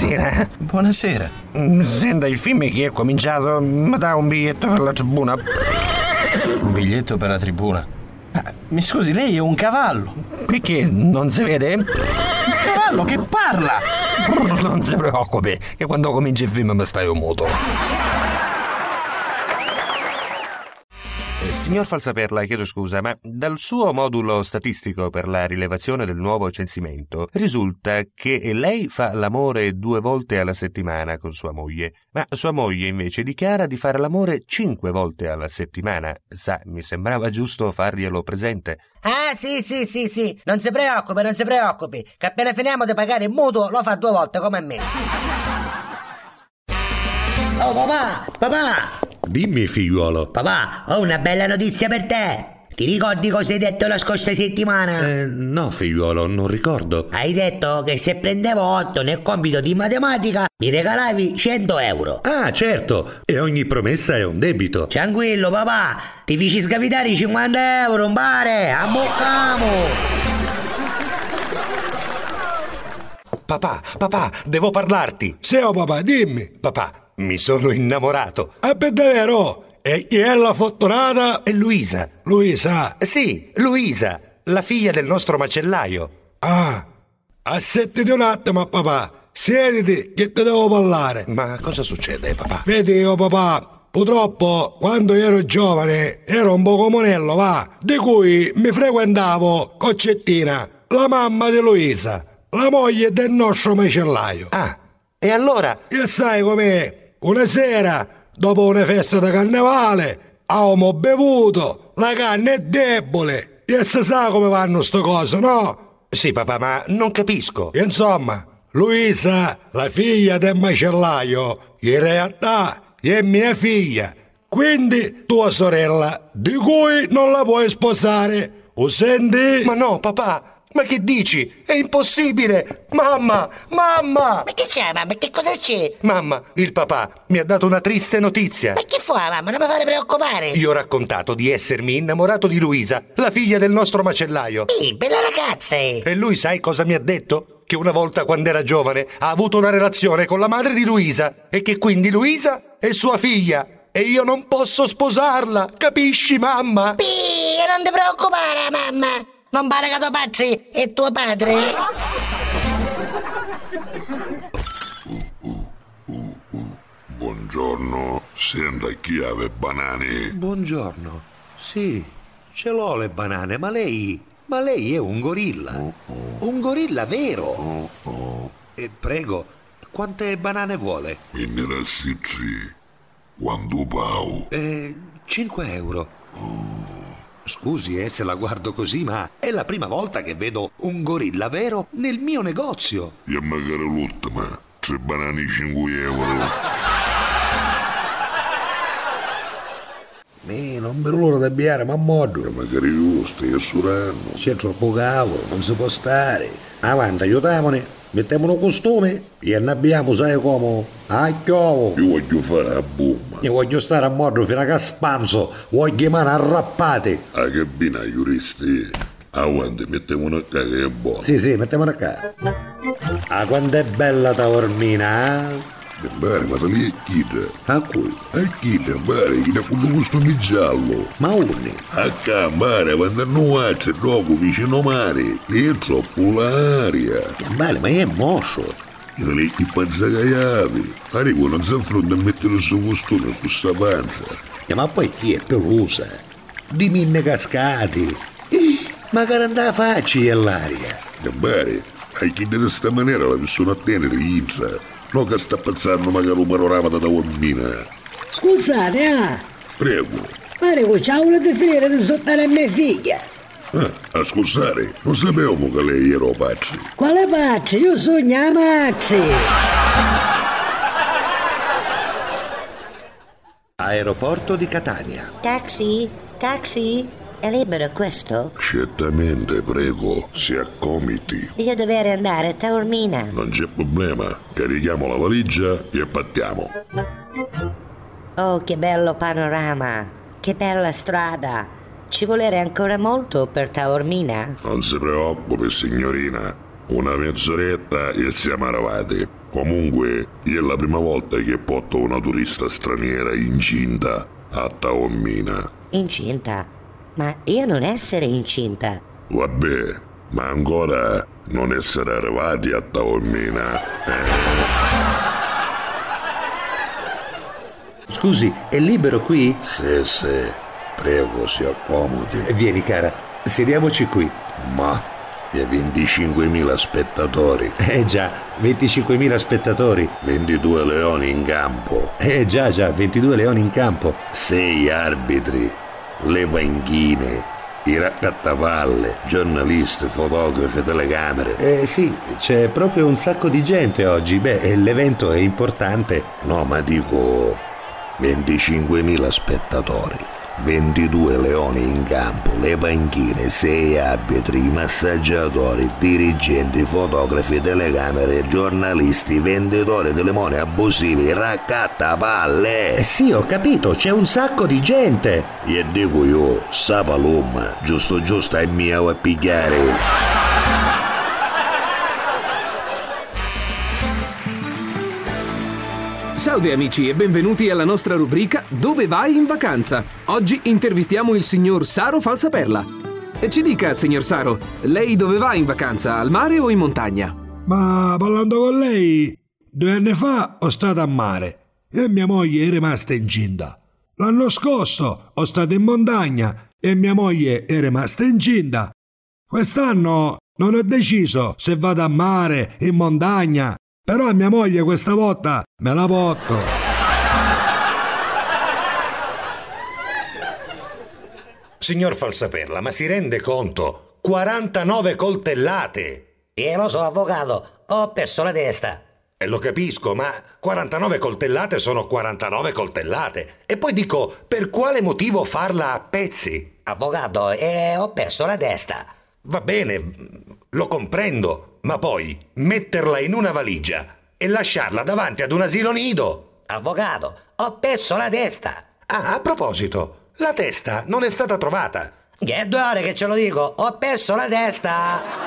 Buonasera. Buonasera. Senta, il film che è cominciato, mi dà un biglietto per la tribuna? Un biglietto per la tribuna? Mi scusi, lei è un cavallo. Perché? Non si vede? Un cavallo che parla! Non si preoccupi, che quando comincia il film mi stai muto. Signor Falsaperla, chiedo scusa, ma dal suo modulo statistico per la rilevazione del nuovo censimento risulta che lei fa l'amore 2 volte alla settimana con sua moglie, ma sua moglie invece dichiara di fare l'amore 5 volte alla settimana. Sa, mi sembrava giusto farglielo presente. Ah, sì, non si preoccupi, che appena finiamo di pagare il mutuo lo fa 2 volte come me. Oh, papà! Dimmi, figliuolo. Papà, ho una bella notizia per te. Ti ricordi cosa hai detto la scorsa settimana? No, figliuolo, non ricordo. Hai detto che se prendevo 8 nel compito di matematica mi regalavi 100 euro. Ah, certo, e ogni promessa è un debito. Tranquillo, papà, ti feci scapitare i 50 euro, un bare, ammoccamo. Papà, devo parlarti. Sì, papà, dimmi. Papà, mi sono innamorato. Per davvero? E chi è la fortunata? È Luisa. Luisa? Sì, Luisa, la figlia del nostro macellaio. Ah, aspettati un attimo, papà. Siediti che ti devo parlare. Ma cosa succede, papà? Vedi io, papà, purtroppo quando ero giovane ero un po' comunello, va, di cui mi frequentavo Concettina, la mamma di Luisa, la moglie del nostro macellaio. Ah, e allora? E sai com'è? Una sera, dopo una festa da carnevale, avevamo bevuto, la carne è debole. E si sa come vanno ste cose, no? Sì, papà, ma non capisco. Insomma, Luisa, la figlia del macellaio, in realtà è mia figlia. Quindi tua sorella, di cui non la puoi sposare. O senti? Ma no, papà. Ma che dici? È impossibile! Mamma! Ma che c'è, mamma? Che cosa c'è? Mamma, il papà mi ha dato una triste notizia. Ma che fa, mamma? Non mi fare preoccupare. Io ho raccontato di essermi innamorato di Luisa, la figlia del nostro macellaio. Sì, bella ragazza. E lui sai cosa mi ha detto? Che una volta quando era giovane ha avuto una relazione con la madre di Luisa e che quindi Luisa è sua figlia. E io non posso sposarla, capisci, mamma? Non ti preoccupare, mamma. Non pare che tuo padre è tuo padre? Buongiorno, senta chi ha le banane? Buongiorno, sì, ce l'ho le banane, ma lei è un gorilla. Un gorilla vero. E prego, quante banane vuole? Mineralsizzi, quando pao? 5 euro. Scusi se la guardo così, ma è la prima volta che vedo un gorilla vero nel mio negozio. E magari l'ultima, 3 banane 5 euro. Non vedo l'ora di beare, ma modo. E magari io stai assurando. C'è troppo cavolo, non si può stare. Avanti, aiutamone. Mettiamo un costume e ne abbiamo, sai come? Io voglio fare la bomba. Io voglio stare a modo fino a che spanzo, voglio mani arrappate. A che bina, giuristi? Avanti, mettiamo una caga che è buona. Sì, mettiamola qua. Ah, quanto è bella taormina, eh? Bene, ma da lì è chida. A cui? È chida, bene, chi da quello costume giallo. Ma une? A campare, quando non c'è dopo vicino mare, è troppo l'aria. Vale, ma è mosso. E da lì ti pazza caiavi. Arrivo, non si affronta a mettere il suo costume con questa panza. Ma poi chi è pelosa? Di minne cascati. Ma che andava facile all'aria. Bene, hai chiesto di sta maniera la persona a tenere intra. No che sta pensando magari un panorama da uomina. Scusate, Prego. pare che c'ha volete finire di insultare a mia figlia. A scusare, non sapevamo che lei era pazzi. Quale pazzi? Io sogno a Mazzi. Aeroporto di Catania. Taxi? È libero questo? Certamente, prego, si accomiti. Io dovrei andare a Taormina. Non c'è problema, carichiamo la valigia e partiamo. Oh, che bello panorama, che bella strada. Ci volere ancora molto per Taormina? Non si preoccupi, signorina. Una mezz'oretta e siamo arrivati. Comunque, è la prima volta che porto una turista straniera incinta a Taormina. Incinta? Ma io non essere incinta. Vabbè, ma ancora non essere arrivati a Taormina. Scusi, è libero qui? Sì, prego, si accomodi. Vieni, cara, sediamoci qui. Ma e 25.000 spettatori. Già, 25.000 spettatori. 22 leoni in campo. Già, 22 leoni in campo. 6 arbitri, le panchine, i raccattavalle, giornalisti, fotografi, telecamere. Sì, c'è proprio un sacco di gente oggi. Beh, l'evento è importante. No, ma dico 25.000 spettatori. 22 leoni in campo, le panchine, 6 arbitri, massaggiatori, dirigenti, fotografi, telecamere, giornalisti, venditori di limoni abusivi, raccattapalle. Sì, ho capito, c'è un sacco di gente. E dico io, sapalum, giusto è mia a pigliare. Salve amici e benvenuti alla nostra rubrica Dove vai in vacanza? Oggi intervistiamo il signor Saro Falsaperla. E ci dica, signor Saro, lei dove va in vacanza, al mare o in montagna? Ma parlando con lei, 2 anni fa ho stato a mare e mia moglie è rimasta incinta. L'anno scorso ho stato in montagna e mia moglie è rimasta incinta. Quest'anno non ho deciso se vado a mare, in montagna, però mia moglie questa volta me la porto. Signor Falsaperla, ma si rende conto? 49 coltellate! Lo so, avvocato, ho perso la testa. E lo capisco, ma 49 coltellate sono 49 coltellate. E poi dico, per quale motivo farla a pezzi? Avvocato, ho perso la testa. Va bene, lo comprendo, ma poi metterla in una valigia e lasciarla davanti ad un asilo nido. Avvocato, ho perso la testa. Ah, a proposito, la testa non è stata trovata. È 2 ore che ce lo dico, ho perso la testa.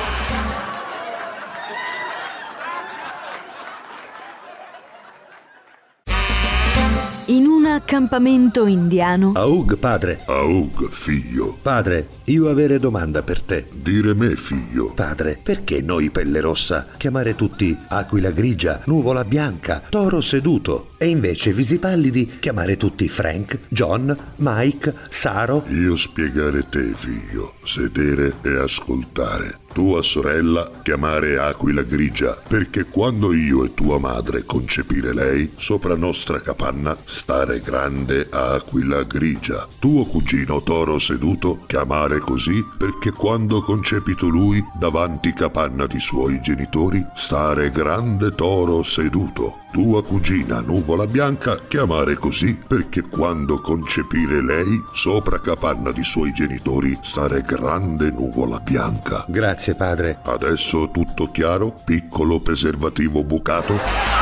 In un accampamento indiano. Aug, padre. Aug, figlio. Padre, io avere domanda per te. Dire me, figlio. Padre, perché noi pelle rossa chiamare tutti aquila grigia, nuvola bianca, toro seduto e invece visipallidi chiamare tutti Frank, John, Mike, Saro? Io spiegare te, figlio. Sedere e ascoltare. Tua sorella chiamare aquila grigia, perché quando io e tua madre concepire lei, sopra nostra capanna stare grande aquila grigia. Tuo cugino toro seduto chiamare così, perché quando concepito lui, davanti capanna di suoi genitori, stare grande toro seduto. Tua cugina nuvola bianca chiamare così, perché quando concepire lei, sopra capanna di suoi genitori, stare grande nuvola bianca. Grazie, padre. Adesso tutto chiaro? Piccolo preservativo bucato?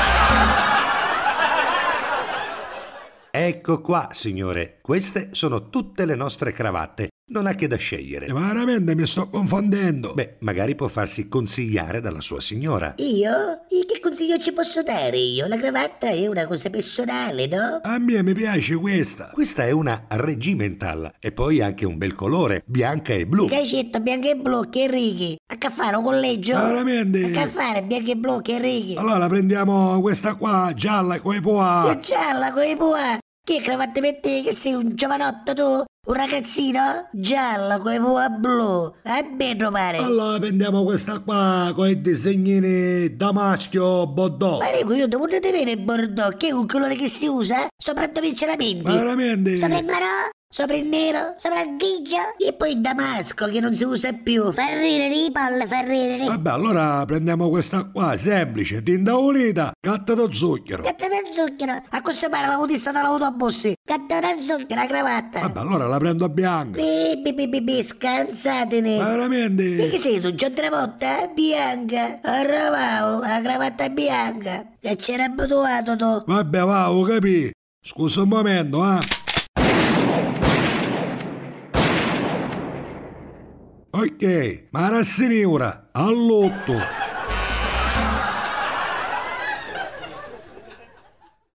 Ecco qua, signore. Queste sono tutte le nostre cravatte. Non ha che da scegliere. Ma veramente mi sto confondendo. Beh, magari può farsi consigliare dalla sua signora. Io? E che consiglio ci posso dare io? La cravatta è una cosa personale, no? A me mi piace questa. Questa è una regimental e poi anche un bel colore, bianca e blu. Che hai scelto bianco e blu, che righi? A che fare un collegio? Veramente? A che fare bianco e blu, che righi? Allora prendiamo questa qua, gialla, coi poa. Che gialla, coi poa? Che cravatte per te? Che sei un giovanotto tu? Un ragazzino? Gialla, coi poa blu. A bello pare. Allora prendiamo questa qua, con i disegnini da maschio, Bordeaux. Ma dico, io devo vedere il Bordeaux, che è un colore che si usa sopra dove ce la metti. Veramente? Sopra il marò? Sopra il nero, sopra il grigio e poi il damasco che non si usa più. Fa ridere i palle, fa ridere. Vabbè, allora prendiamo questa qua, semplice, tinta unita, carta da zucchero. Carta da zucchero, a questo pare l'autista dall'autobus. Carta da zucchero, la cravatta. Vabbè, allora la prendo bianca. Scansatene. Ma veramente? E che sei tu, John Travolta? Bianca. Arravao, la cravatta bianca. Che c'era abituato tu. Vabbè, va, ho capito. Scusa un momento, Ok, ma la signora, all'otto.